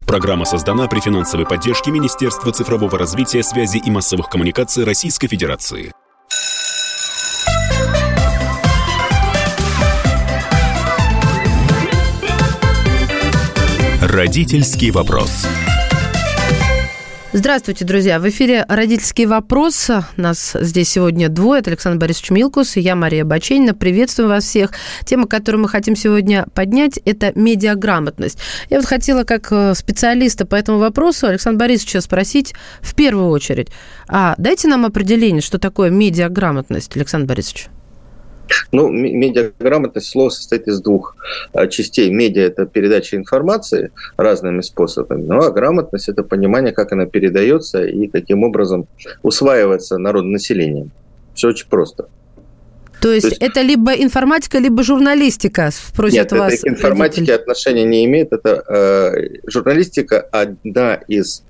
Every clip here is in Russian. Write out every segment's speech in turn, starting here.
Программа создана при финансовой поддержке Министерства цифрового развития, связи и массовых коммуникаций Российской Федерации. Родительский вопрос. Здравствуйте, друзья. В эфире «Родительский вопрос». Нас здесь сегодня двое. Это Александр Борисович Милкус и я, Мария Баченина. Приветствую вас всех. Тема, которую мы хотим сегодня поднять, это медиаграмотность. Я вот хотела, как специалиста по этому вопросу, Александра Борисовича спросить в первую очередь. Дайте нам определение, что такое медиаграмотность, Александр Борисович. Медиаграмотность, слово состоит из двух частей. Медиа – это передача информации разными способами, а грамотность – это понимание, как она передается и каким образом усваивается народным населением. Все очень просто. То есть это либо информатика, либо журналистика, спросит вас. Нет, это к информатике отношения не имеет. Это журналистика одно из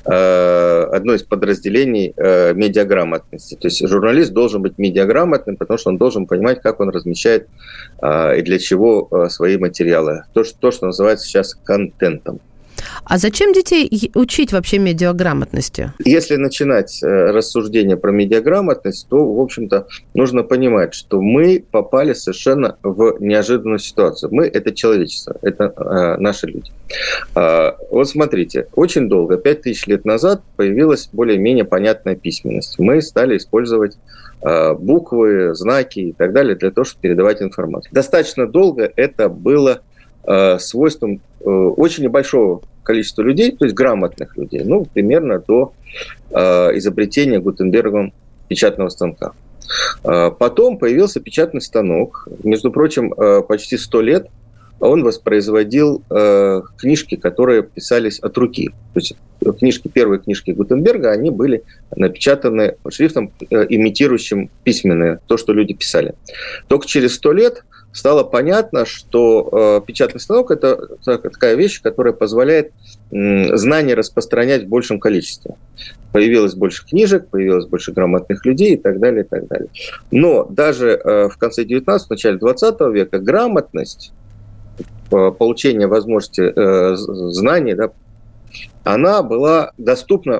подразделений медиаграмотности. То есть журналист должен быть медиаграмотным, потому что он должен понимать, как он размещает и для чего свои материалы. То, что называется сейчас контентом. А зачем детей учить вообще медиаграмотности? Если начинать рассуждение про медиаграмотность, то, в общем-то, нужно понимать, что мы попали совершенно в неожиданную ситуацию. Мы – это человечество, это наши люди. Вот смотрите, очень долго, 5000 лет назад, появилась более-менее понятная письменность. Мы стали использовать буквы, знаки и так далее для того, чтобы передавать информацию. Достаточно долго это было свойством очень небольшого количества людей, то есть грамотных людей, примерно до изобретения Гутенбергом печатного станка. Потом появился печатный станок. Между прочим, почти 100 лет он воспроизводил книжки, которые писались от руки. То есть первые книжки Гутенберга, они были напечатаны шрифтом, имитирующим письменное, то, что люди писали. Только через 100 лет стало понятно, что печатный станок – это такая вещь, которая позволяет знания распространять в большем количестве. Появилось больше книжек, появилось больше грамотных людей и так далее, и так далее. Но даже в конце 19-го, начале 20 века грамотность, получение возможности знаний, она была доступна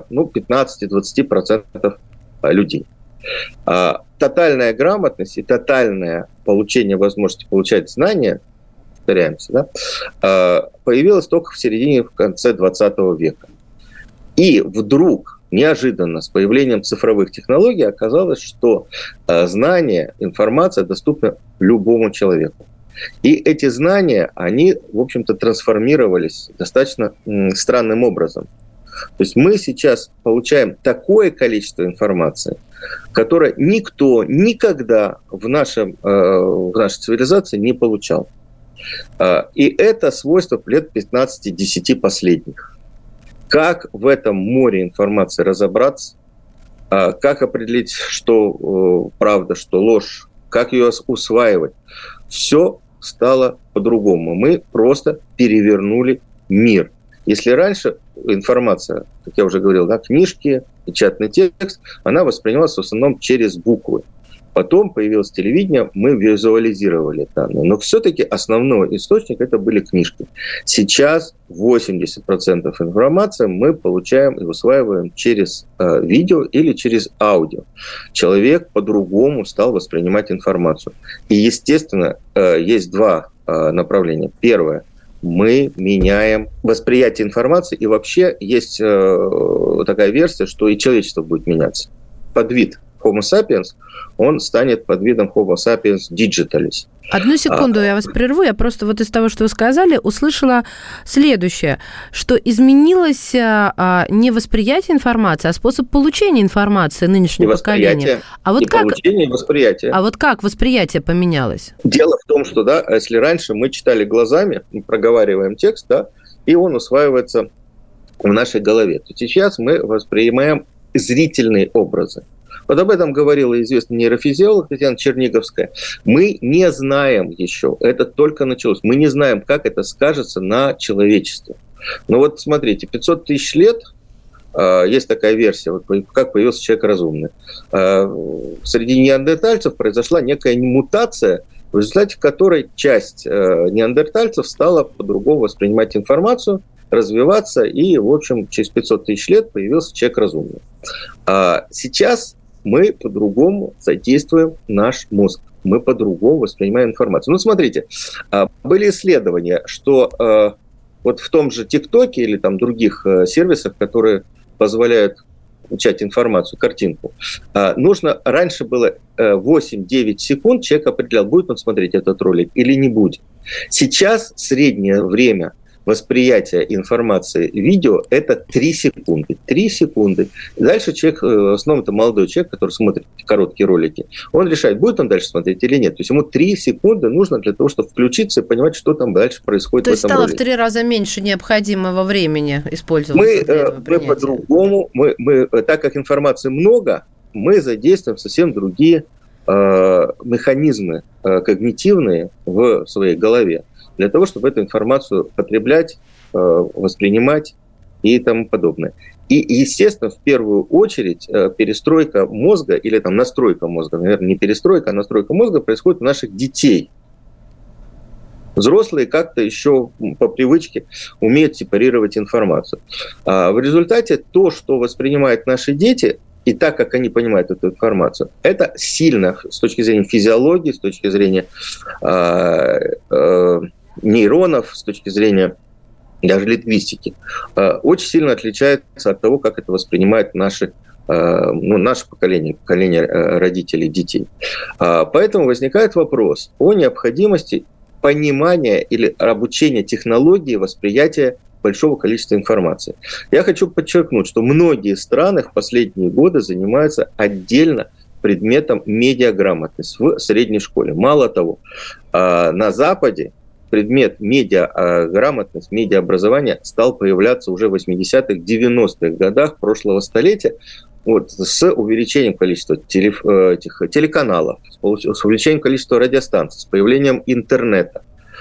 15-20% людей. Тотальная грамотность и тотальное получение возможности получать знания, повторяемся, появилась только в конце 20 века. И вдруг, неожиданно, с появлением цифровых технологий оказалось, что знания, информация доступна любому человеку. И эти знания, они, в общем-то, трансформировались достаточно странным образом. То есть мы сейчас получаем такое количество информации, которое никто никогда в нашей цивилизации не получал. И это свойство лет 15-10 последних. Как в этом море информации разобраться, как определить, что правда, что ложь, как ее усваивать, все стало по-другому. Мы просто перевернули мир. Если раньше информация, как я уже говорил, книжки, печатный текст, она воспринималась в основном через буквы. Потом появилось телевидение, мы визуализировали данные. Но все-таки основной источник – это были книжки. Сейчас 80% информации мы получаем и усваиваем через видео или через аудио. Человек по-другому стал воспринимать информацию. И, естественно, есть два направления. Первое – мы меняем восприятие информации, и вообще есть такая версия, что и человечество будет меняться. Подвид Homo sapiens, он станет подвидом Homo sapiens digitalis. Одну секунду, я вас прерву. Я просто вот из того, что вы сказали, услышала следующее, что изменилось не восприятие информации, а способ получения информации нынешнего поколения. Получение, и восприятие. А вот как восприятие поменялось? Дело в том, что, если раньше мы читали глазами, проговариваем текст, и он усваивается в нашей голове, то сейчас мы воспринимаем зрительные образы. Вот об этом говорила известный нейрофизиолог Татьяна Черниговская. Мы не знаем еще, это только началось, мы не знаем, как это скажется на человечестве. Но вот смотрите, 500 тысяч лет, есть такая версия, как появился человек разумный. Среди неандертальцев произошла некая мутация, в результате которой часть неандертальцев стала по-другому воспринимать информацию, развиваться, и, в общем, через 500 тысяч лет появился человек разумный. Сейчас мы по-другому задействуем наш мозг. Мы по-другому воспринимаем информацию. Ну, смотрите, были исследования, что вот в том же ТикТоке или там других сервисах, которые позволяют получать информацию, картинку, раньше было 8-9 секунд, человек определял, будет он смотреть этот ролик или не будет. Сейчас среднее время восприятия информации видео – это 3 секунды. 3 секунды. Дальше человек, в основном это молодой человек, который смотрит короткие ролики, он решает, будет он дальше смотреть или нет. То есть ему 3 секунды нужно для того, чтобы включиться и понимать, что там дальше происходит в этом ролике. То есть стало в 3 раза меньше необходимого времени использовать. Мы по-другому, так как информации много, мы задействуем совсем другие механизмы когнитивные в своей голове, для того, чтобы эту информацию потреблять, воспринимать и тому подобное. И, естественно, в первую очередь перестройка мозга, или там настройка мозга, наверное, не перестройка, а настройка мозга происходит у наших детей. Взрослые как-то еще по привычке умеют сепарировать информацию. В результате то, что воспринимают наши дети, и так, как они понимают эту информацию, это сильно с точки зрения физиологии, с точки зрения нейронов, с точки зрения даже лингвистики, очень сильно отличается от того, как это воспринимает наше поколение родителей, детей. Поэтому возникает вопрос о необходимости понимания или обучения технологии восприятия большого количества информации. Я хочу подчеркнуть, что многие страны в последние годы занимаются отдельно предметом медиаграмотность в средней школе. Мало того, на Западе предмет медиаграмотность, медиаобразование стал появляться уже в 80-х, 90-х годах прошлого столетия, с увеличением количества телеканалов, с увеличением количества радиостанций, с появлением интернета.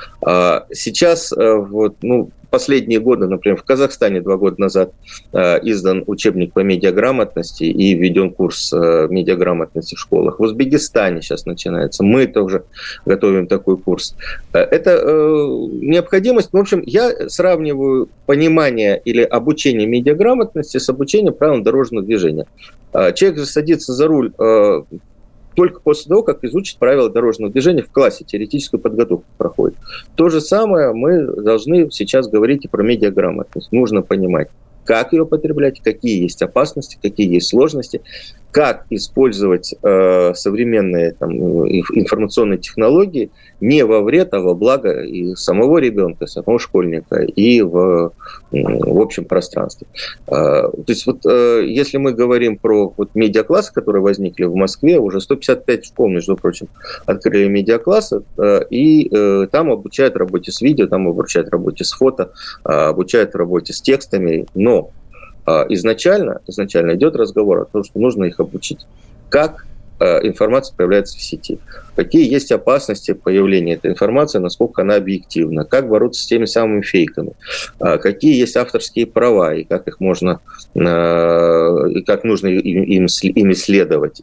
Сейчас, последние годы, например, в Казахстане 2 года назад издан учебник по медиаграмотности и введен курс медиаграмотности в школах. В Узбекистане сейчас начинается. Мы тоже готовим такой курс. Это необходимость. В общем, я сравниваю понимание или обучение медиаграмотности с обучением правилам дорожного движения. Человек же садится за руль только после того, как изучит правила дорожного движения в классе, теоретическую подготовку проходит. То же самое мы должны сейчас говорить и про медиаграмотность. Нужно понимать, как ее потреблять, какие есть опасности, какие есть сложности, как использовать современные информационные технологии не во вред, а во благо и самого ребенка, самого школьника, и в общем пространстве. То есть если мы говорим про медиаклассы, которые возникли в Москве, уже 155 школ, между прочим, открыли медиаклассы, и там обучают работе с видео, там обучают работе с фото, обучают работе с текстами, но изначально идет разговор о том, что нужно их обучить. Как информация появляется в сети, какие есть опасности появления этой информации, насколько она объективна, как бороться с теми самыми фейками, какие есть авторские права и как их можно, и как нужно им следовать,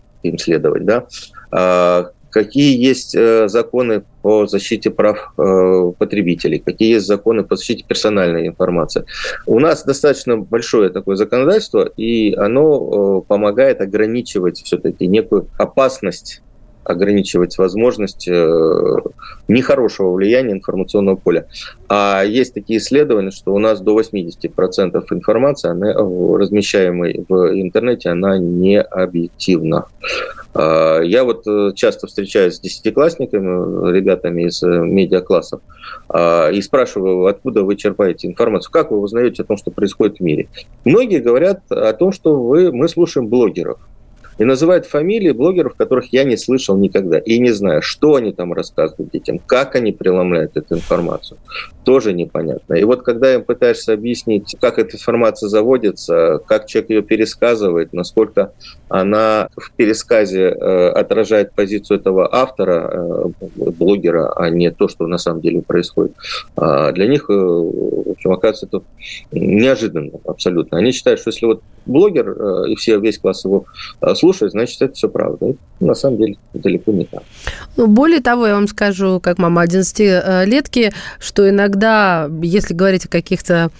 да? Какие есть законы по защите прав потребителей, какие есть законы по защите персональной информации. У нас достаточно большое такое законодательство, и оно помогает ограничивать все-таки некую опасность, ограничивать возможность нехорошего влияния информационного поля. А есть такие исследования, что у нас до 80% информации, размещаемой в интернете, она не объективна. Я часто встречаюсь с десятиклассниками, ребятами из медиаклассов, и спрашиваю, откуда вы черпаете информацию, как вы узнаете о том, что происходит в мире. Многие говорят о том, что мы слушаем блогеров. И называют фамилии блогеров, которых я не слышал никогда. И не знаю, что они там рассказывают детям, как они преломляют эту информацию. Тоже непонятно. И когда им пытаешься объяснить, как эта информация заводится, как человек ее пересказывает, насколько она в пересказе отражает позицию этого автора, блогера, а не то, что на самом деле происходит, для них, в общем, оказывается, это неожиданно абсолютно. Они считают, что если блогер и весь класс его слушает, значит, это все правда. И на самом деле далеко не так. Более того, я вам скажу, как мама 11-летки, что иногда, если говорить о каких-то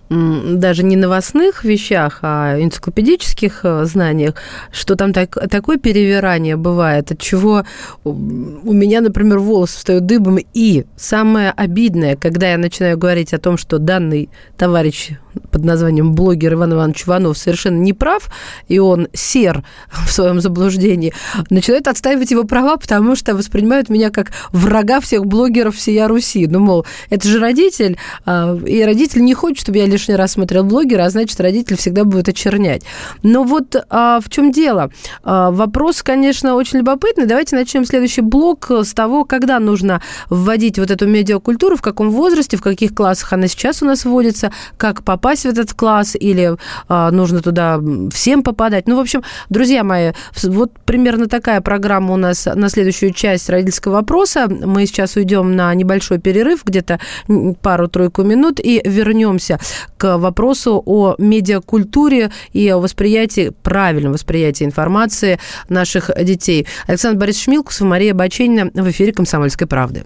даже не новостных вещах, а энциклопедических знаниях, что там такое перевирание бывает, от чего у меня, например, волосы встают дыбом. И самое обидное, когда я начинаю говорить о том, что данный товарищ под названием блогер Иван Иванович Иванов совершенно не прав, и он сер в своем заблуждении, начинают отстаивать его права, потому что воспринимают меня как врага всех блогеров всея Руси. Ну, мол, это же родитель, и родитель не хочет, чтобы я лишний раз смотрел блогера, а значит, родитель всегда будет очернять. Но вот в чем дело? Вопрос, конечно, очень любопытный. Давайте начнем следующий блок с того, когда нужно вводить вот эту медиакультуру, в каком возрасте, в каких классах она сейчас у нас вводится, как попасть в этот класс, или нужно туда всем попадать. Ну, в общем, друзья мои, вот примерно такая программа у нас на следующую часть родительского вопроса. Мы сейчас уйдем на небольшой перерыв, где-то пару-тройку минут, и вернемся к вопросу о медиакультуре и о восприятии, правильном восприятии информации наших детей. Александр Борисович Милкус и Мария Баченина в эфире «Комсомольской правды».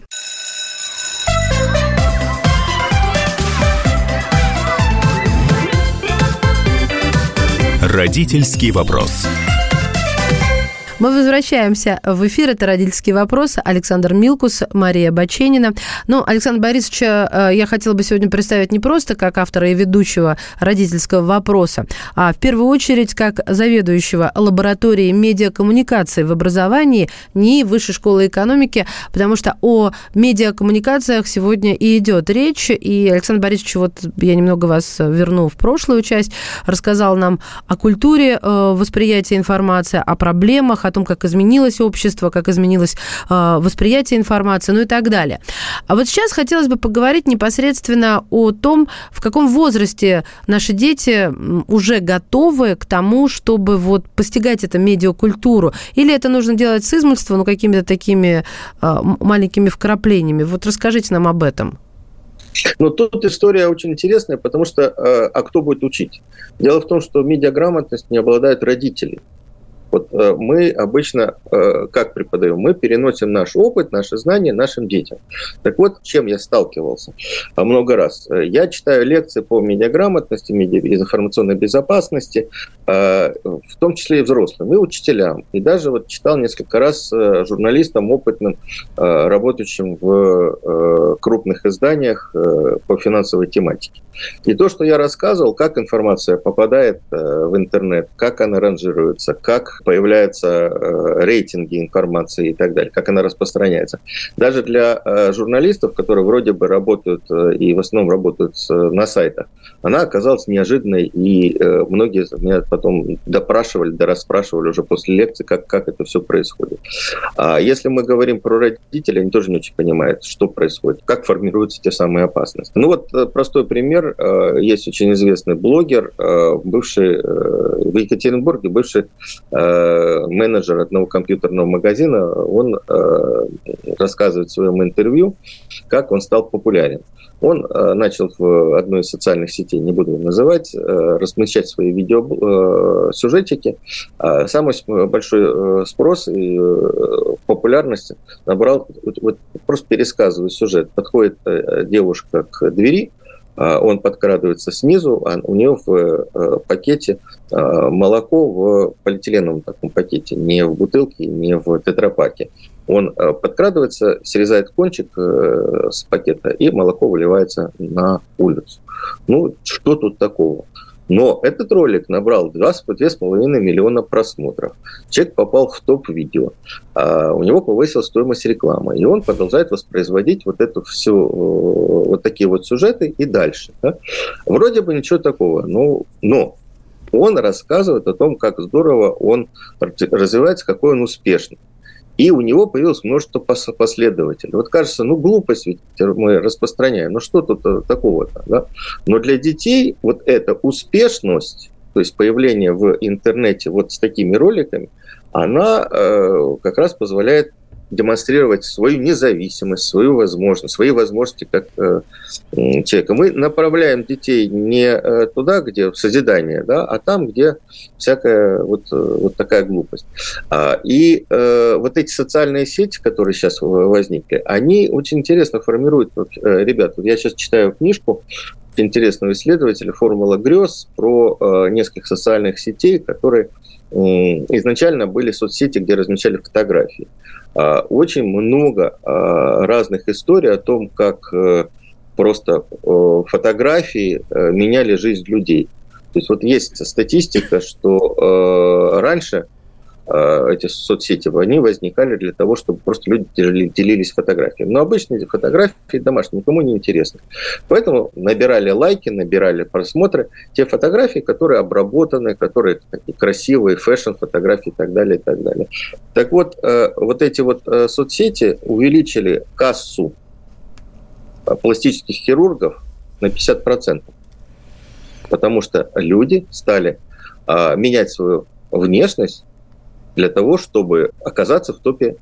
Родительский вопрос. Мы возвращаемся в эфир. Это «Родительский вопрос». Александр Милкус, Мария Баченина. Ну, Александр Борисович, я хотела бы сегодня представить не просто как автора и ведущего «Родительского вопроса», а в первую очередь как заведующего лабораторией медиакоммуникации в образовании НИИ Высшей школы экономики, потому что о медиакоммуникациях сегодня и идет речь. И, Александр Борисович, вот я немного вас верну в прошлую часть, рассказал нам о культуре восприятия информации, о проблемах, о том, как изменилось общество, как изменилось восприятие информации, ну и так далее. А вот сейчас хотелось бы поговорить непосредственно о том, в каком возрасте наши дети уже готовы к тому, чтобы вот постигать эту медиакультуру. Или это нужно делать с измольства, ну, какими-то такими маленькими вкраплениями. Вот расскажите нам об этом. Но тут история очень интересная, потому что кто будет учить? Дело в том, что медиаграмотность не обладают родители. Вот мы обычно, как преподаем, мы переносим наш опыт, наши знания нашим детям. Так вот, с чем я сталкивался много раз. Я читаю лекции по медиаграмотности, информационной безопасности, в том числе и взрослым, и учителям. И даже вот читал несколько раз журналистам опытным, работающим в крупных изданиях по финансовой тематике. И то, что я рассказывал, как информация попадает в интернет, как она ранжируется, как появляются рейтинги информации и так далее, как она распространяется. Даже для журналистов, которые вроде бы работают и в основном работают на сайтах, она оказалась неожиданной, и многие меня потом расспрашивали уже после лекции, как это все происходит. А если мы говорим про родителей, они тоже не очень понимают, что происходит, как формируются те самые опасности. Ну вот простой пример. Есть очень известный блогер, бывший в Екатеринбурге, бывший менеджер одного компьютерного магазина. Он рассказывает в своем интервью, как он стал популярен. Он начал в одной из социальных сетей, не буду называть, размещать свои видеосюжетики. Самый большой спрос и популярность набрал, вот просто пересказывая сюжет. Подходит девушка к двери, он подкрадывается снизу, а у нее в пакете молоко в полиэтиленовом таком пакете, не в бутылке, не в тетрапаке. Он подкрадывается, срезает кончик с пакета, и молоко выливается на улицу. Ну, что тут такого? Но этот ролик набрал 2,5 миллиона просмотров. Человек попал в топ-видео. У него повысилась стоимость рекламы. И он продолжает воспроизводить вот это все, вот такие вот сюжеты и дальше. Да? Вроде бы ничего такого, но он рассказывает о том, как здорово он развивается, какой он успешный. И у него появилось множество последователей. Вот кажется, глупость ведь мы распространяем. Что тут такого-то? Да? Но для детей вот эта успешность, то есть появление в интернете вот с такими роликами, она как раз позволяет демонстрировать свою независимость, свою возможность, свои возможности как человека. Мы направляем детей не туда, где созидание, да, а там, где всякая вот такая глупость. И вот эти социальные сети, которые сейчас возникли, они очень интересно формируют, ребят, я сейчас читаю книжку интересного исследователя «Формула грез» про несколько социальных сетей, которые изначально были соцсети, где размещали фотографии. Очень много разных историй о том, как просто фотографии меняли жизнь людей. То есть вот есть статистика, что раньше эти соцсети, они возникали для того, чтобы просто люди делились фотографиями. Но обычно эти фотографии домашние никому не интересны. Поэтому набирали лайки, набирали просмотры те фотографии, которые обработаны, которые такие красивые, фэшн-фотографии и так далее, и так далее. Так вот, вот эти вот соцсети увеличили кассу пластических хирургов на 50%. Потому что люди стали менять свою внешность для того, чтобы оказаться в топе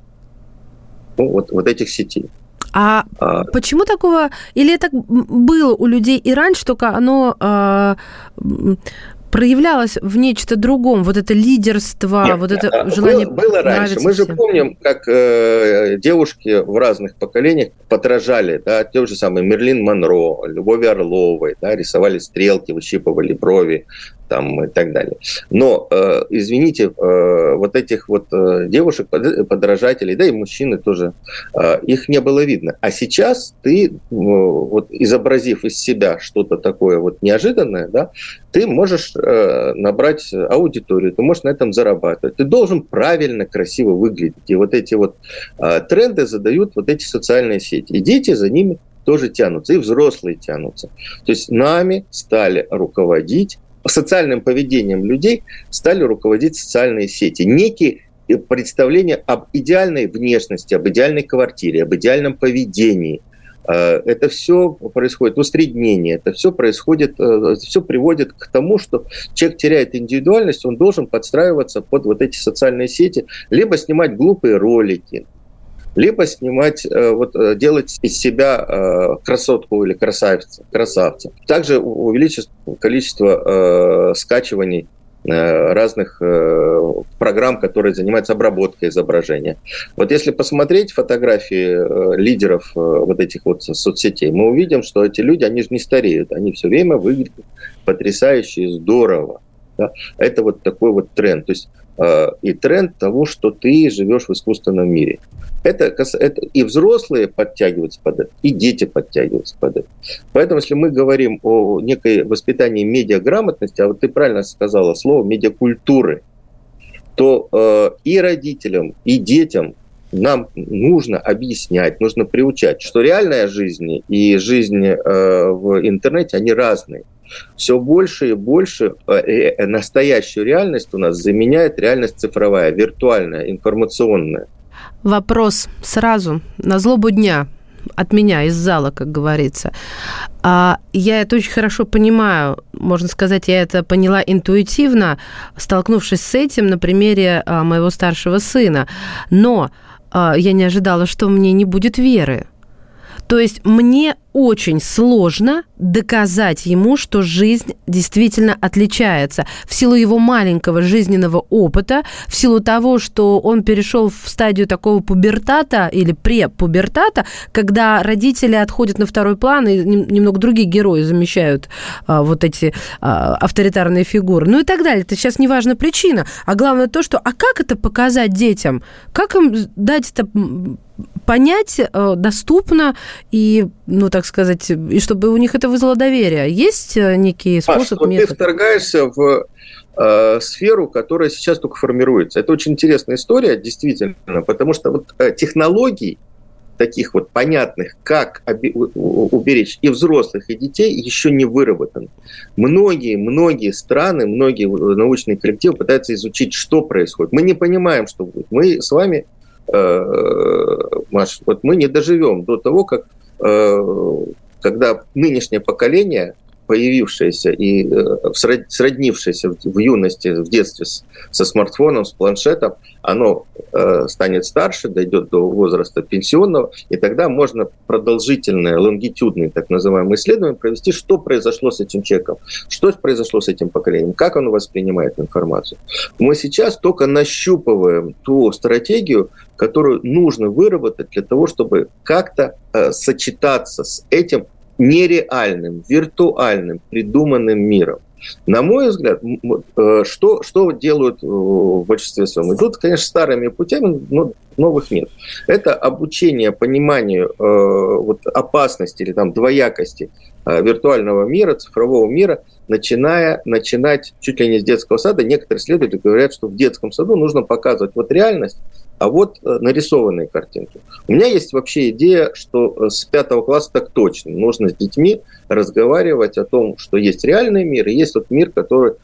вот этих сетей. А почему такого... Или это было у людей и раньше, только оно проявлялось в нечто другом? Вот это лидерство, нет, вот это желание... Было раньше. Мы же помним, как девушки в разных поколениях подражали, да, те же самые Мерлин Монро, Любови Орловой, да, рисовали стрелки, выщипывали брови, там, и так далее. Но, извините, вот этих вот девушек, подражателей, да и мужчины тоже, их не было видно. А сейчас ты, вот, изобразив из себя что-то такое вот неожиданное, да, ты можешь набрать аудиторию, ты можешь на этом зарабатывать. Ты должен правильно, красиво выглядеть. И вот эти вот тренды задают вот эти социальные сети. И дети за ними тоже тянутся, и взрослые тянутся. То есть нами стали руководить, социальным поведением людей стали руководить социальные сети. Некие представления об идеальной внешности, об идеальной квартире, об идеальном поведении. Это все происходит, усреднение, это все происходит, все приводит к тому, что человек теряет индивидуальность, он должен подстраиваться под вот эти социальные сети, либо снимать глупые ролики, либо снимать, делать из себя красотку или красавца. Также увеличится количество скачиваний разных программ, которые занимаются обработкой изображения. Вот если посмотреть фотографии лидеров вот этих вот соцсетей, мы увидим, что эти люди, они же не стареют, они все время выглядят потрясающе и здорово. Да? Это вот такой вот тренд. То есть и тренд того, что ты живешь в искусственном мире. Это и взрослые подтягиваются под это, и дети подтягиваются под это. Поэтому, если мы говорим о некой воспитании медиаграмотности, а вот ты правильно сказала слово медиакультуры, то и родителям, и детям нам нужно объяснять, нужно приучать, что реальная жизнь и жизнь в интернете, они разные. Все больше и больше настоящую реальность у нас заменяет реальность цифровая, виртуальная, информационная. Вопрос сразу, на злобу дня, от меня, из зала, как говорится. Я это очень хорошо понимаю, можно сказать, я это поняла интуитивно, столкнувшись с этим на примере моего старшего сына. Но я не ожидала, что мне не будет веры. То есть мне очень сложно доказать ему, что жизнь действительно отличается в силу его маленького жизненного опыта, в силу того, что он перешел в стадию такого пубертата или препубертата, когда родители отходят на второй план и немного другие герои замещают вот эти авторитарные фигуры. Ну и так далее. Это сейчас не важна причина. А главное то, что как это показать детям? Как им дать это понять доступно и, ну, так сказать, и чтобы у них это вызвало доверие? Есть некий способ, метод? Ты вторгаешься в сферу, которая сейчас только формируется. Это очень интересная история, действительно, потому что вот технологий таких вот понятных, как уберечь и взрослых, и детей, еще не выработано. Многие страны, многие научные коллективы пытаются изучить, что происходит. Мы не понимаем, что будет. Мы с вами, Маш, вот мы не доживем до того, как когда нынешнее поколение появившаяся и сроднившаяся в юности, в детстве со смартфоном, с планшетом, оно станет старше, дойдет до возраста пенсионного, и тогда можно продолжительное, лонгитюдное, так называемое исследование провести, что произошло с этим человеком, что произошло с этим поколением, как он воспринимает информацию. Мы сейчас только нащупываем ту стратегию, которую нужно выработать для того, чтобы как-то сочетаться с этим нереальным, виртуальным, придуманным миром. На мой взгляд, что делают в большинстве своем? Идут, конечно, старыми путями, но новых нет. Это обучение пониманию опасности или там двоякости виртуального мира, цифрового мира, начинать чуть ли не с детского сада. Некоторые исследователи говорят, что в детском саду нужно показывать реальность, а нарисованные картинки. У меня есть вообще идея, что с 5 класса так точно нужно с детьми разговаривать о том, что есть реальный мир, и есть мир, который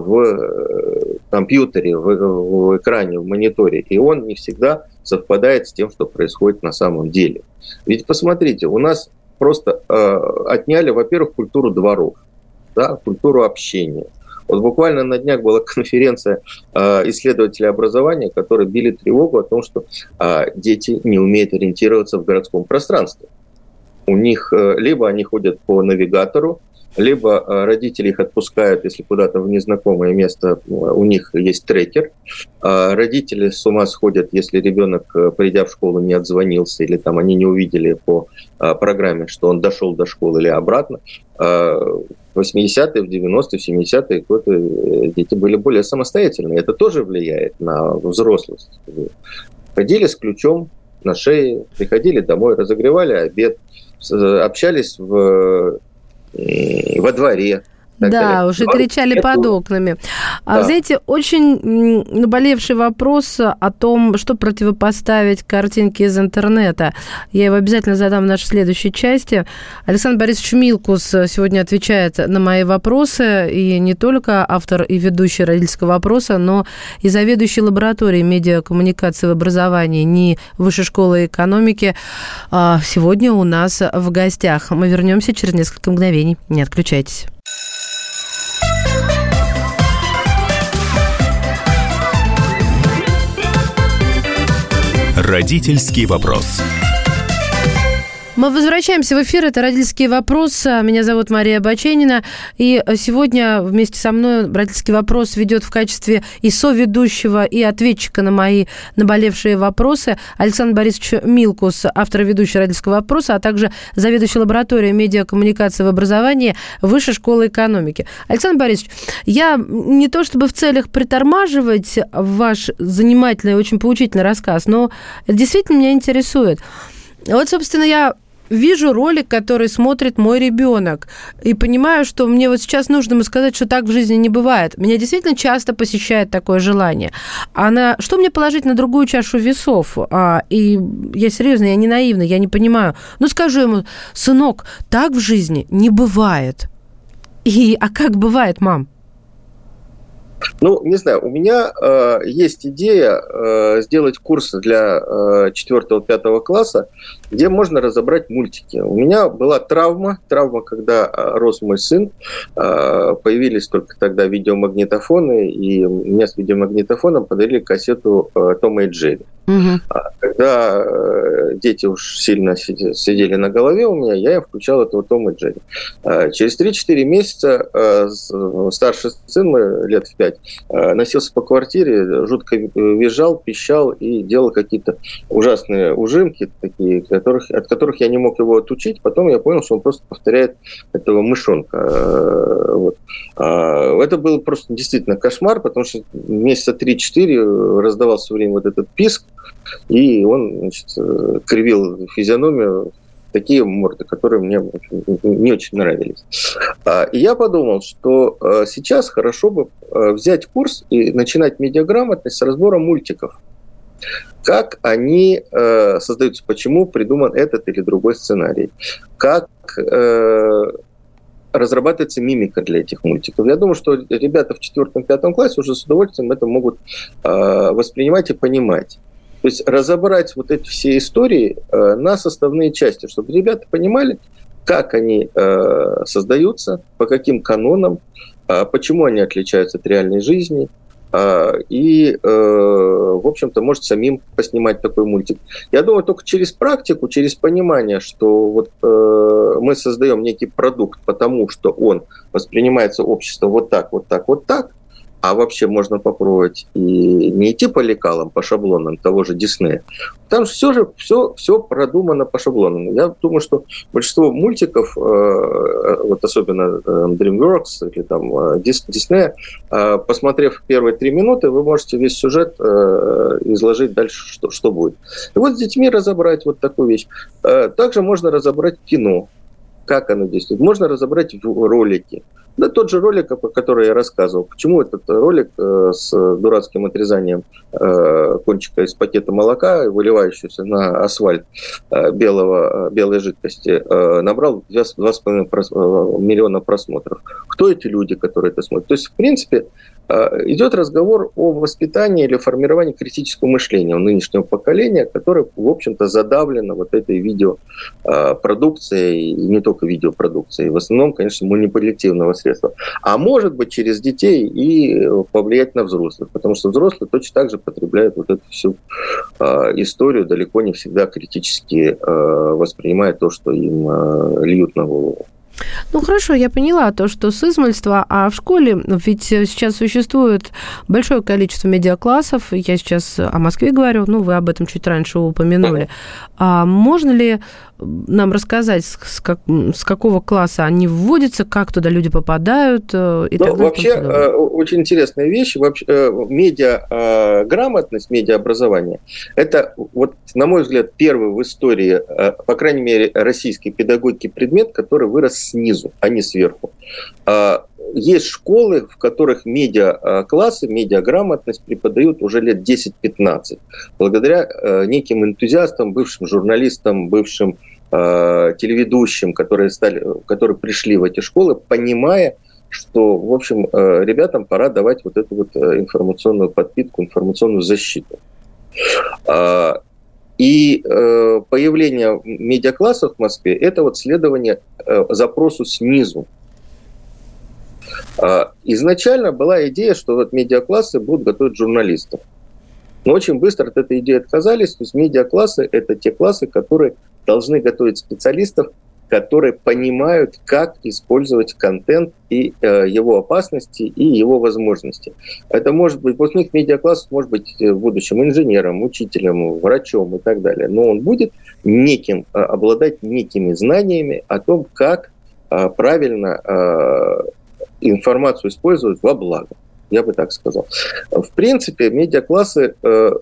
в компьютере, в экране, в мониторе, и он не всегда совпадает с тем, что происходит на самом деле. Ведь посмотрите, у нас просто отняли, во-первых, культуру дворов, культуру общения. Буквально на днях была конференция исследователей образования, которые били тревогу о том, что дети не умеют ориентироваться в городском пространстве. У них либо они ходят по навигатору, либо родители их отпускают, если куда-то в незнакомое место, у них есть трекер. Родители с ума сходят, если ребенок, придя в школу, не отзвонился, или там они не увидели по программе, что он дошел до школы или обратно. В 80-е, в 90-е, в 70-е годы дети были более самостоятельные. Это тоже влияет на взрослость. Ходили с ключом на шее, приходили домой, разогревали обед, общались во дворе. Да, уже кричали под окнами. Да. Знаете, очень наболевший вопрос о том, что противопоставить картинке из интернета. Я его обязательно задам в нашей следующей части. Александр Борисович Милкус сегодня отвечает на мои вопросы. И не только автор и ведущий «Родительского вопроса», но и заведующий лабораторией медиакоммуникации в образовании НИИ Высшей школы экономики. Сегодня у нас в гостях. Мы вернемся через несколько мгновений. Не отключайтесь. Родительский вопрос. Мы возвращаемся в эфир. Это «Родительский вопрос». Меня зовут Мария Баченина. И сегодня вместе со мной «Родительский вопрос» ведет в качестве и соведущего, и ответчика на мои наболевшие вопросы Александр Борисович Милкус, автор и ведущий «Родительского вопроса», а также заведующий лабораторией медиакоммуникации в образовании Высшей школы экономики. Александр Борисович, я не то чтобы в целях притормаживать ваш занимательный и очень поучительный рассказ, но это действительно меня интересует. Собственно, я вижу ролик, который смотрит мой ребенок, и понимаю, что мне сейчас нужно ему сказать, что так в жизни не бывает. Меня действительно часто посещает такое желание. Что мне положить на другую чашу весов? И я серьезно, я не наивна, я не понимаю. Скажу ему: сынок, так в жизни не бывает. А как бывает, мам? Не знаю, у меня есть идея сделать курс для 4-5 класса, где можно разобрать мультики. У меня была травма, когда рос мой сын, появились только тогда видеомагнитофоны, и мне с видеомагнитофоном подарили кассету «Тома и Джерри». Угу. Когда дети уж сильно сидели на голове у меня, я им включал этого Тома и Джерри. Через 3-4 месяца старший сын мой, лет в 5, носился по квартире, жутко визжал, пищал и делал какие-то ужасные ужимки, такие, от которых я не мог его отучить. Потом я понял, что он просто повторяет этого мышонка. Это был просто действительно кошмар, потому что месяца 3-4 раздавал все время этот писк, и он, кривил физиономию, такие морды, которые мне не очень нравились. И я подумал, что сейчас хорошо бы взять курс и начинать медиаграмотность с разбора мультиков. Как они создаются, почему придуман этот или другой сценарий, как разрабатывается мимика для этих мультиков. Я думаю, что ребята в 4-5 классе уже с удовольствием это могут воспринимать и понимать. То есть разобрать эти все истории на составные части, чтобы ребята понимали, как они создаются, по каким канонам, почему они отличаются от реальной жизни, и, в общем-то, может самим поснимать такой мультик. Я думаю, только через практику, через понимание, что вот мы создаем некий продукт, потому что он воспринимается обществом вот так, вот так, вот так, а вообще можно попробовать и не идти по лекалам, по шаблонам того же Диснея. Там все продумано по шаблонам. Я думаю, что большинство мультиков, вот особенно DreamWorks или там Диснея, посмотрев первые 3 минуты, вы можете весь сюжет изложить дальше, что будет. И вот с детьми разобрать вот такую вещь. Также можно разобрать кино, как оно действует. Можно разобрать в ролике. Да, тот же ролик, о котором я рассказывал. Почему этот ролик с дурацким отрезанием кончика из пакета молока, выливающегося на асфальт белой жидкости, набрал 2,5 миллиона просмотров? Кто эти люди, которые это смотрят? То есть, в принципе, идет разговор о воспитании или формировании критического мышления у нынешнего поколения, которое, в общем-то, задавлено вот этой видеопродукцией, и не только видеопродукцией, в основном, конечно, манипулятивного средства. А может быть, через детей и повлиять на взрослых, потому что взрослые точно так же потребляют вот эту всю историю, далеко не всегда критически воспринимая то, что им льют на голову. Ну, хорошо, я поняла то, что с измальства, а в школе ведь сейчас существует большое количество медиаклассов, я сейчас о Москве говорю, ну, вы об этом чуть раньше упомянули. А можно ли нам рассказать, с какого класса они вводятся, как туда люди попадают? И так далее, вообще, очень интересная вещь. Медиаграмотность, медиаобразование – это, вот, на мой взгляд, первый в истории, по крайней мере, российской педагогики предмет, который вырос снизу, а не сверху. Есть школы, в которых медиаклассы, медиаграмотность преподают уже лет 10-15, благодаря неким энтузиастам, бывшим журналистам, бывшим телеведущим, которые пришли в эти школы, понимая, что, в общем, ребятам пора давать вот эту вот информационную подпитку, информационную защиту. И появление медиаклассов в Москве – это вот следование запросу снизу. Изначально была идея, что вот медиаклассы будут готовить журналистов. Но очень быстро от этой идеи отказались. То есть медиаклассы – это те классы, которые должны готовить специалистов, которые понимают, как использовать контент и его опасности, и его возможности. Это может быть, выпускник медиаклассов может быть в будущем инженером, учителем, врачом и так далее. Но он будет обладать некими знаниями о том, как правильно информацию использовать во благо. Я бы так сказал. В принципе, медиаклассы, это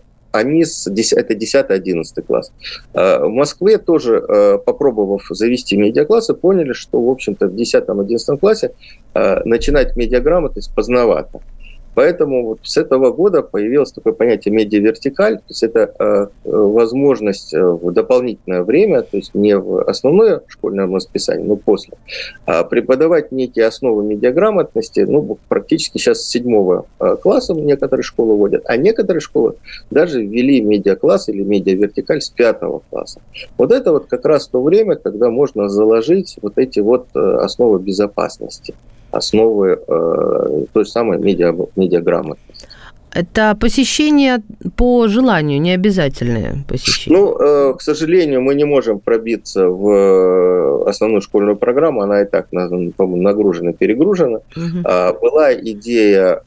10-11 класс. В Москве тоже, попробовав завести медиаклассы, поняли, что, в общем-то, в 10-11 классе начинать медиаграмотность поздновато. Поэтому вот с этого года появилось такое понятие медиавертикаль, то есть это возможность в дополнительное время, то есть не в основное школьное расписание, но после, преподавать некие основы медиаграмотности, ну, практически сейчас с 7 класса некоторые школы вводят, а некоторые школы даже ввели медиакласс или медиавертикаль с 5 класса. Вот это вот как раз то время, когда можно заложить вот эти вот основы безопасности, основы той же самой медиаграмотности. Это посещение по желанию, не обязательное посещение? Ну, к сожалению, мы не можем пробиться в основную школьную программу, она и так, по-моему, нагружена, перегружена. Угу. Была идея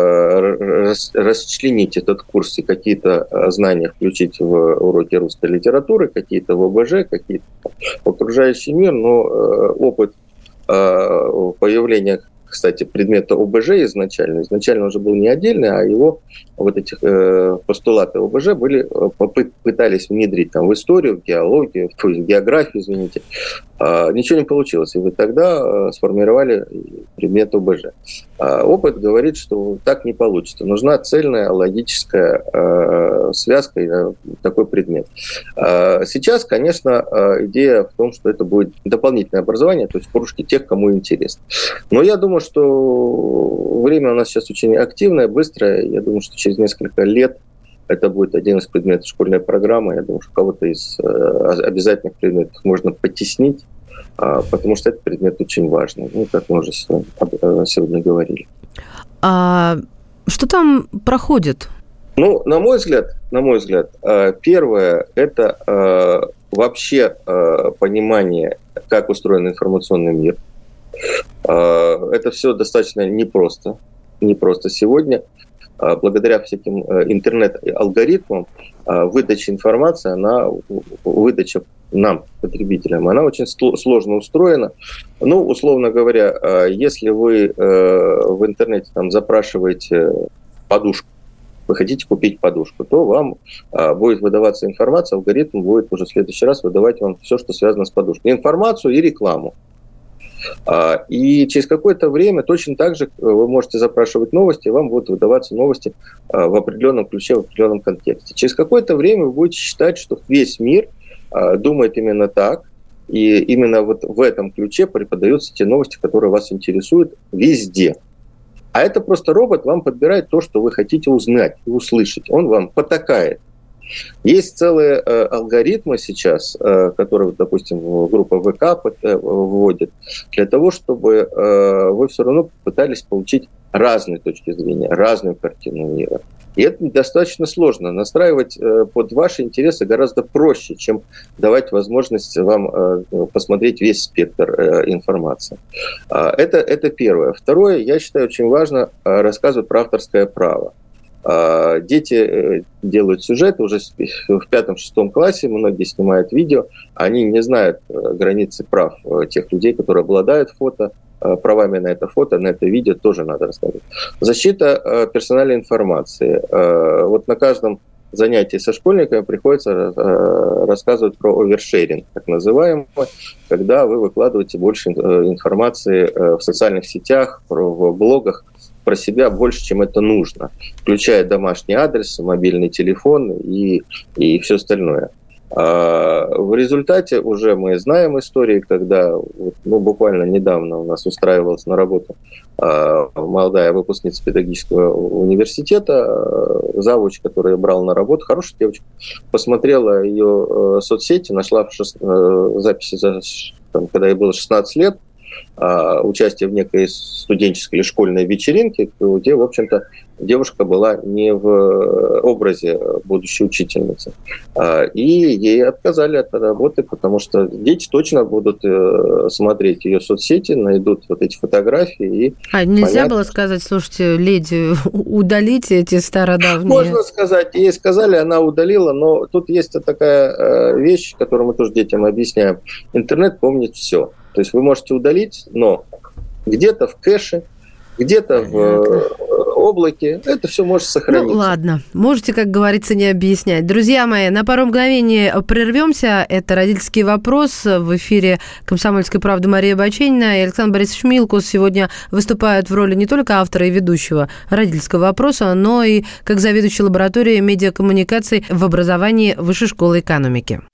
расчленить этот курс и какие-то знания включить в уроки русской литературы, какие-то в ОБЖ, какие-то в окружающий мир, но опыт появления, кстати, предмета ОБЖ изначально уже был не отдельный, а его вот этих постулаты ОБЖ пытались внедрить там в историю, в геологию, в географию, извините. Ничего не получилось, и вы тогда сформировали предмет ОБЖ. Опыт говорит, что так не получится. Нужна цельная логическая связка и такой предмет. Сейчас, конечно, идея в том, что это будет дополнительное образование, то есть кружки тех, кому интересно. Но я думаю, что время у нас сейчас очень активное, быстрое. Я думаю, что через несколько лет это будет один из предметов школьной программы. Я думаю, что кого-то из обязательных предметов можно потеснить потому что этот предмет очень важный, как мы уже сегодня говорили. А что там проходит? На мой взгляд, первое – это вообще понимание, как устроен информационный мир. Это все достаточно непросто сегодня. Благодаря всяким интернет-алгоритмам выдача информации, выдача нам, потребителям, она очень сложно устроена. Условно говоря, если вы в интернете запрашиваете подушку, вы хотите купить подушку, то вам будет выдаваться информация, алгоритм будет уже в следующий раз выдавать вам все, что связано с подушкой. Информацию и рекламу. И через какое-то время точно так же вы можете запрашивать новости, и вам будут выдаваться новости в определенном ключе, в определенном контексте. Через какое-то время вы будете считать, что весь мир думает именно так, и именно вот в этом ключе преподаются те новости, которые вас интересуют везде. А это просто робот вам подбирает то, что вы хотите узнать и услышать. Он вам потакает. Есть целые алгоритмы сейчас, которые, допустим, группа ВК вводит, для того, чтобы вы все равно пытались получить разные точки зрения, разную картину мира. И это достаточно сложно. Настраивать под ваши интересы гораздо проще, чем давать возможность вам посмотреть весь спектр информации. Это первое. Второе, я считаю, очень важно рассказывать про авторское право. Дети делают сюжеты уже в 5-6 классе, многие снимают видео, они не знают границы прав тех людей, которые обладают правами на это фото, на это видео тоже надо рассказывать. Защита персональной информации. Вот на каждом занятии со школьниками приходится рассказывать про овершеринг, так называемый, когда вы выкладываете больше информации в социальных сетях, в блогах, про себя больше, чем это нужно, включая домашний адрес, мобильный телефон и все остальное. В результате уже мы знаем истории, когда буквально недавно у нас устраивалась на работу молодая выпускница педагогического университета, завуч, которую я брал на работу, хорошая девочка, посмотрела ее соцсети, нашла записи, когда ей было 16 лет, участие в некой студенческой или школьной вечеринке, где, в общем-то, девушка была не в образе будущей учительницы. И ей отказали от работы, потому что дети точно будут смотреть ее соцсети, найдут вот эти фотографии. Нельзя было сказать, слушайте, леди, удалите эти стародавние... Можно сказать. Ей сказали, она удалила, но тут есть такая вещь, которую мы тоже детям объясняем. Интернет помнит все. То есть вы можете удалить, но где-то в кэше, где-то в облаке это все может сохраниться. Ладно, можете, как говорится, не объяснять. Друзья мои, на пару мгновений прервемся. Это «Родительский вопрос». В эфире «Комсомольской правды» Мария Баченина и Александр Борисович Милкус сегодня выступают в роли не только автора и ведущего «Родительского вопроса», но и как заведующий лабораторией медиакоммуникаций в образовании Высшей школы экономики.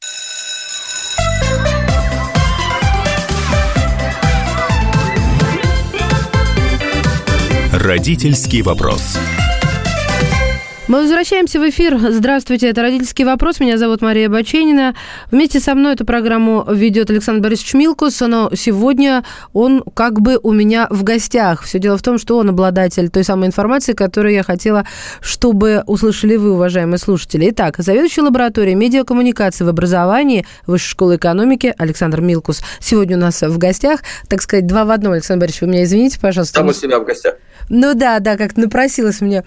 Родительский вопрос. Мы возвращаемся в эфир. Здравствуйте, это «Родительский вопрос». Меня зовут Мария Баченина. Вместе со мной эту программу ведет Александр Борисович Милкус, но сегодня он как бы у меня в гостях. Все дело в том, что он обладатель той самой информации, которую я хотела, чтобы услышали вы, уважаемые слушатели. Итак, заведующий лабораторией медиакоммуникации в образовании Высшей школы экономики Александр Милкус сегодня у нас в гостях. Так сказать, 2 в 1. Александр Борисович, вы меня извините, пожалуйста. Там у себя в гостях. Да, как-то напросилось мне.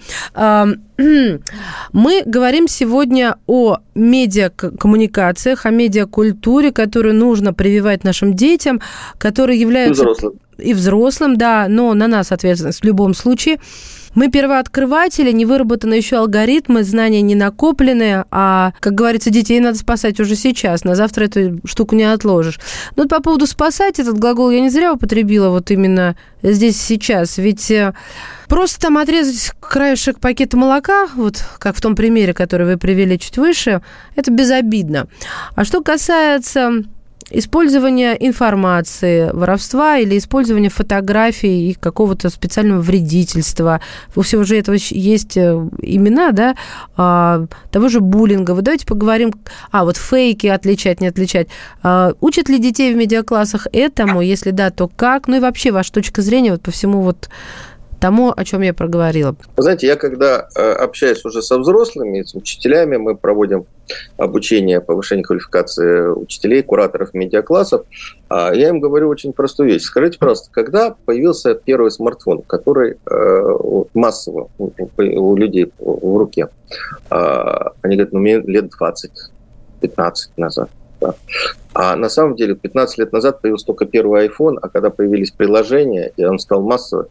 Мы говорим сегодня о медиакоммуникациях, о медиакультуре, которую нужно прививать нашим детям, которые являются... И взрослым, да, но на нас ответственность в любом случае. Мы первооткрыватели, не выработаны еще алгоритмы, знания не накоплены, а, как говорится, детей надо спасать уже сейчас, на завтра эту штуку не отложишь. Но по поводу «спасать» этот глагол я не зря употребила вот именно здесь сейчас, ведь просто там отрезать краешек пакета молока, вот как в том примере, который вы привели чуть выше, это безобидно. А что касается использование информации, воровства или использование фотографий и какого-то специального вредительства. У всего же этого есть имена, да, того же буллинга. Вот давайте поговорим, вот фейки отличать, не отличать. Учат ли детей в медиаклассах этому? Если да, то как? Ну и вообще, ваша точка зрения вот по всему вот тому, о чем я проговорила. Вы знаете, я когда общаюсь уже со взрослыми, с учителями, мы проводим обучение, повышение квалификации учителей, кураторов медиаклассов, я им говорю очень простую вещь. Скажите, пожалуйста, когда появился первый смартфон, который массово у людей в руке? Они говорят, мне лет 20-15 назад. Да. А на самом деле 15 лет назад появился только первый iPhone, а когда появились приложения, и он стал массовым,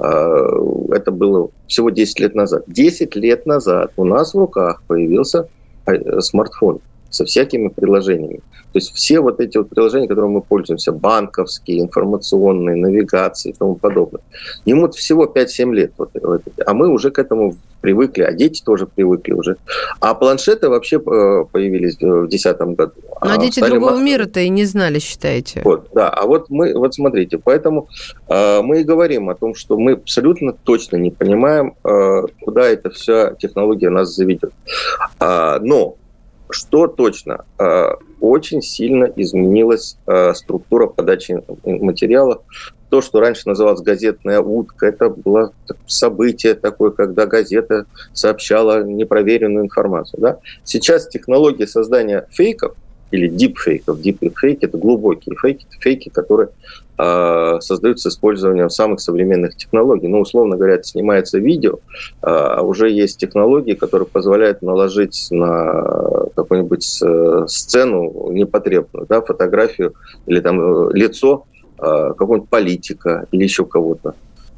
это было всего 10 лет назад. 10 лет назад у нас в руках появился смартфон со всякими приложениями. То есть все вот эти вот приложения, которыми мы пользуемся, банковские, информационные, навигации и тому подобное, ему всего 5-7 лет. А мы уже к этому привыкли, а дети тоже привыкли уже. А планшеты вообще появились в 2010 году. Но дети другого мира-то и не знали, считаете? А вот смотрите, поэтому мы и говорим о том, что мы абсолютно точно не понимаем, куда эта вся технология нас заведет. Но что точно? Очень сильно изменилась структура подачи материалов. То, что раньше называлось газетная утка, это было событие такое, когда газета сообщала непроверенную информацию. Да? Сейчас технология создания фейков или дипфейков. Дипфейки – это глубокие фейки, которые создаются с использованием самых современных технологий. Ну, условно говоря, снимается видео, а уже есть технологии, которые позволяют наложить на какую-нибудь сцену непотребную, да, фотографию или там лицо какого-нибудь политика или еще кого-то.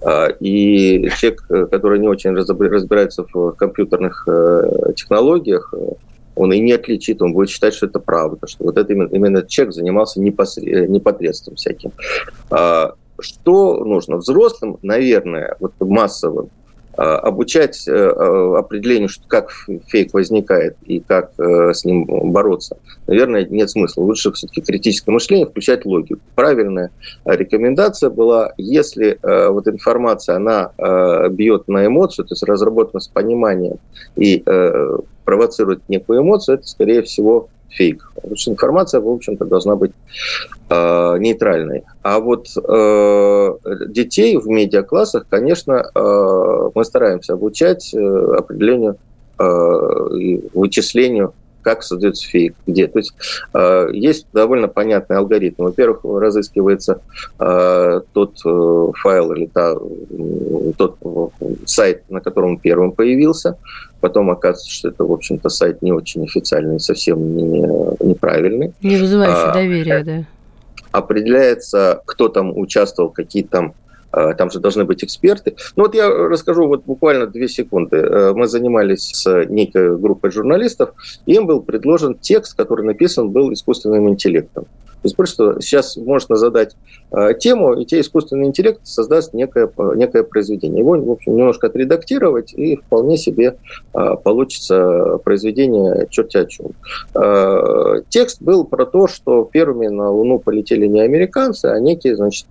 И человек, который не очень разбирается в компьютерных технологиях, он и не отличит, он будет считать, что это правда, что вот это именно человек занимался непотребством всяким. Что нужно? Взрослым, наверное, вот массовым, обучать определению, как фейк возникает и как с ним бороться, наверное, нет смысла. Лучше все-таки критическое мышление, включать логику. Правильная рекомендация была, если вот информация, она бьет на эмоцию, то есть разработана с пониманием и провоцирует некую эмоцию, это, скорее всего, фейк. Потому что информация, в общем-то, должна быть нейтральной. А вот детей в медиаклассах, конечно, мы стараемся обучать определению и вычислению, как создается фейк, где. То есть есть довольно понятный алгоритм. Во-первых, разыскивается тот файл или тот сайт, на котором он первым появился. Потом оказывается, что это, в общем-то, сайт не очень официальный, совсем неправильный. Не вызывающий доверия, да. Определяется, кто там участвовал, какие там же должны быть эксперты. Ну вот я расскажу вот буквально 2 секунды. Мы занимались с некой группой журналистов, и им был предложен текст, который написан был искусственным интеллектом. То есть просто сейчас можно задать тему, и тебе искусственный интеллект создаст некое произведение. Его, в общем, немножко отредактировать, и вполне себе получится произведение черти о чем. Текст был про то, что первыми на Луну полетели не американцы, а некие, значит,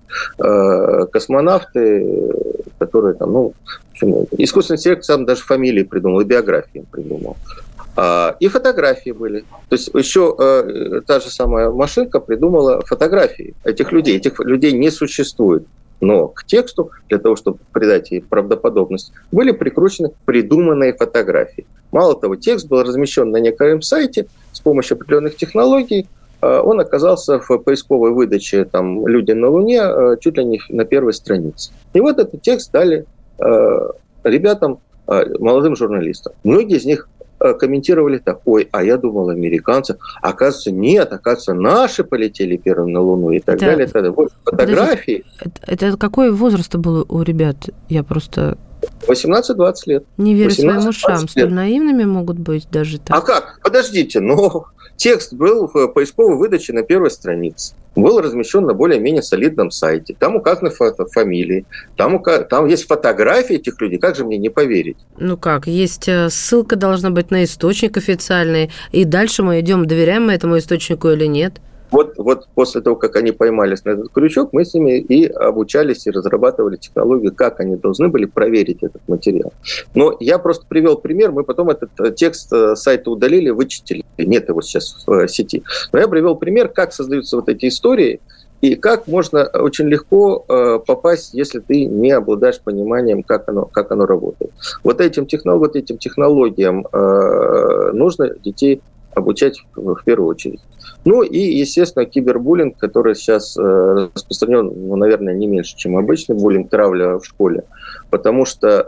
космонавты, которые там, в общем, искусственный интеллект сам даже фамилии придумал, и биографии придумал. И фотографии были. То есть еще та же самая машинка придумала фотографии этих людей. Этих людей не существует. Но к тексту, для того, чтобы придать ей правдоподобность, были прикручены придуманные фотографии. Мало того, текст был размещен на некоем сайте с помощью определенных технологий. Он оказался в поисковой выдаче там, «Люди на Луне» чуть ли не на первой странице. И вот этот текст дали ребятам, молодым журналистам. Многие из них комментировали так: ой, а я думал, американцы. Оказывается, нет, оказывается, наши полетели первым на Луну и так далее. Вот фотографии. Это какой возраст был у ребят? Я просто... 18-20 лет. Не верю своим ушам. Столь наивными могут быть даже так. А как? Подождите, текст был в поисковой выдаче на первой странице. Был размещен на более-менее солидном сайте. Там указаны фамилии, там есть фотографии этих людей. Как же мне не поверить? Ну как, есть ссылка должна быть на источник официальный, и дальше мы идем, доверяем мы этому источнику или нет. Вот после того, как они поймались на этот крючок, мы с ними и обучались, и разрабатывали технологию, как они должны были проверить этот материал. Но я просто привел пример, мы потом этот текст с сайта удалили, вычистили, нет его сейчас в сети. Но я привел пример, как создаются вот эти истории, и как можно очень легко попасть, если ты не обладаешь пониманием, как оно работает. Вот этим технологиям нужно детей обучать в первую очередь. Ну и, естественно, кибербуллинг, который сейчас распространен, наверное, не меньше, чем обычный буллинг, травля в школе. Потому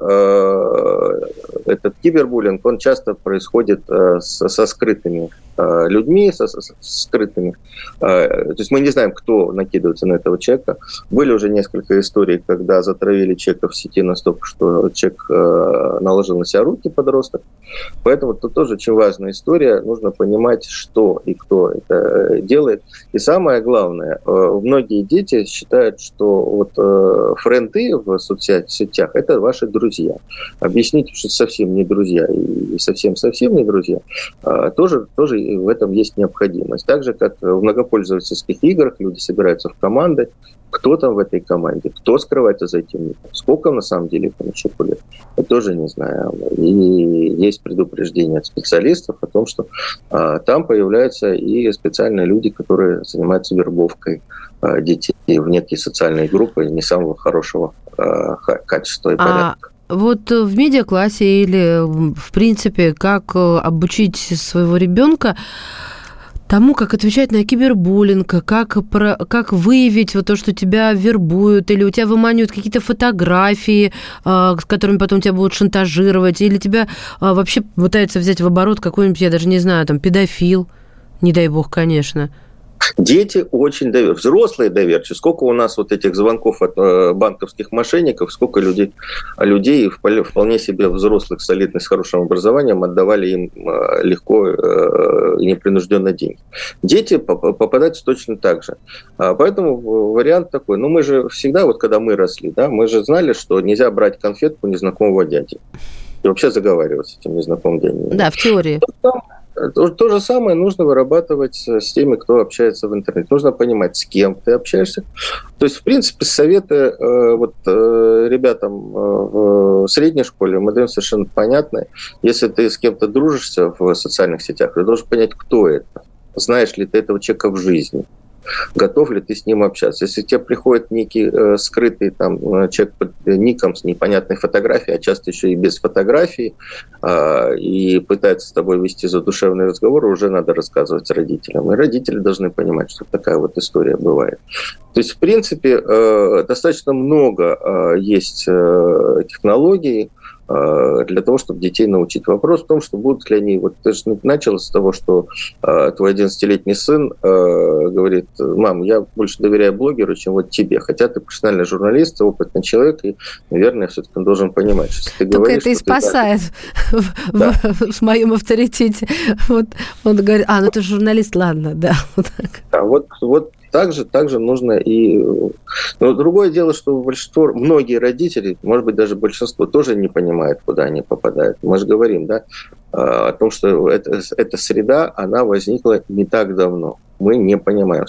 что этот кибербуллинг, он часто происходит со скрытыми людьми, скрытыми. То есть мы не знаем, кто накидывается на этого человека. Были уже несколько историй, когда затравили человека в сети настолько, что человек наложил на себя руки, подросток. Поэтому это тоже очень важная история. Нужно понимать, что и кто это делает. И самое главное, многие дети считают, что вот френды в соцсетях – это ваши друзья. Объяснить, что совсем не друзья и совсем-совсем не друзья, тоже в этом есть необходимость. Так же, как в многопользовательских играх люди собираются в команды, кто там в этой команде, кто скрывается за этим ником, сколько на самом деле там человеку лет, я тоже не знаю. И есть предупреждение от специалистов о том, что там появляются и специальные люди, которые занимаются вербовкой детей в некие социальные группы не самого хорошего качества и порядка. Вот в медиаклассе или, в принципе, как обучить своего ребенка тому, как отвечать на кибербуллинг, как выявить вот то, что тебя вербуют, или у тебя выманивают какие-то фотографии, с которыми потом тебя будут шантажировать, или тебя вообще пытаются взять в оборот какой-нибудь, я даже не знаю, там, педофил, не дай бог, конечно. Дети очень доверчивы, взрослые доверчивы. Сколько у нас вот этих звонков от банковских мошенников, сколько людей вполне себе взрослых, солидных, с хорошим образованием отдавали им легко и непринужденно деньги. Дети попадаются точно так же. Поэтому вариант такой. Ну, мы же всегда, вот когда мы росли, да, мы же знали, что нельзя брать конфетку незнакомого дяди. И вообще заговаривать с этим незнакомым дядей. Да, в теории. То же самое нужно вырабатывать с теми, кто общается в интернете. Нужно понимать, с кем ты общаешься. То есть, в принципе, советы ребятам в средней школе мы даем совершенно понятные. Если ты с кем-то дружишься в социальных сетях, ты должен понять, кто это. Знаешь ли ты этого человека в жизни? Готов ли ты с ним общаться? Если к тебе приходит некий скрытый там, человек под ником с непонятной фотографией, а часто еще и без фотографии, и пытается с тобой вести задушевный разговор, уже надо рассказывать родителям. И родители должны понимать, что такая вот история бывает. То есть, в принципе, достаточно много есть технологий для того, чтобы детей научить. Вопрос в том, что будут ли они... Вот ты же начал с того, что твой 11-летний сын говорит: мам, я больше доверяю блогеру, чем вот тебе. Хотя ты профессиональный журналист, опытный человек, и, наверное, все-таки он должен понимать, что ты только говоришь... это и спасает в моем авторитете. Вот он говорит: ну ты журналист, ладно, да. Вот также нужно и... Но другое дело, что многие родители, может быть, даже большинство, тоже не понимают, куда они попадают. Мы же говорим, да, о том, что эта среда, она возникла не так давно. Мы не понимаем.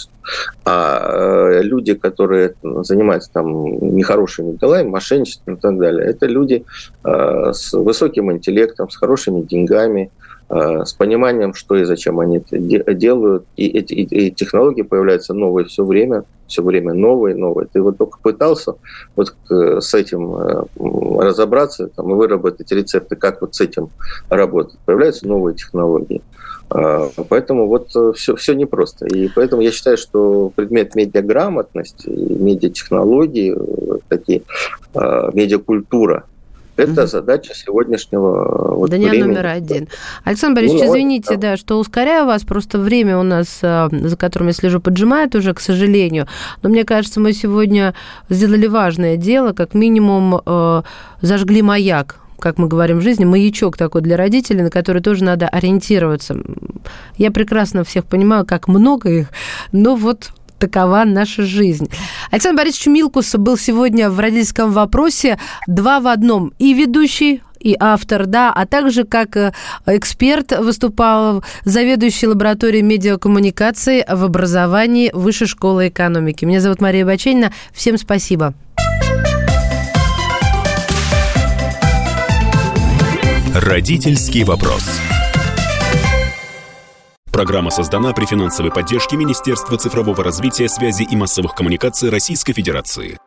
А люди, которые занимаются там нехорошими делами, мошенничеством и так далее, это люди с высоким интеллектом, с хорошими деньгами, с пониманием, что и зачем они это делают. И технологии появляются новые все время новые. Ты вот только пытался вот с этим разобраться там, и выработать рецепты, как вот с этим работать. Появляются новые технологии. Поэтому вот все непросто. И поэтому я считаю, что предмет медиаграмотности, медиатехнологии, такие, медиакультура, это задача сегодняшнего дня времени. Номер один. Александр Борисович, извините, да, что ускоряю вас, просто время у нас, за которым я слежу, поджимает уже, к сожалению. Но мне кажется, мы сегодня сделали важное дело, как минимум зажгли маяк, как мы говорим в жизни, маячок такой для родителей, на который тоже надо ориентироваться. Я прекрасно всех понимаю, как много их, но вот... Такова наша жизнь. Александр Борисович Милкус был сегодня в «Родительском вопросе» 2 в 1. И ведущий, и автор, да, а также как эксперт выступал, заведующий лабораторией медиакоммуникации в образовании Высшей школы экономики. Меня зовут Мария Баченина. Всем спасибо. Родительский вопрос. Программа создана при финансовой поддержке Министерства цифрового развития, связи и массовых коммуникаций Российской Федерации.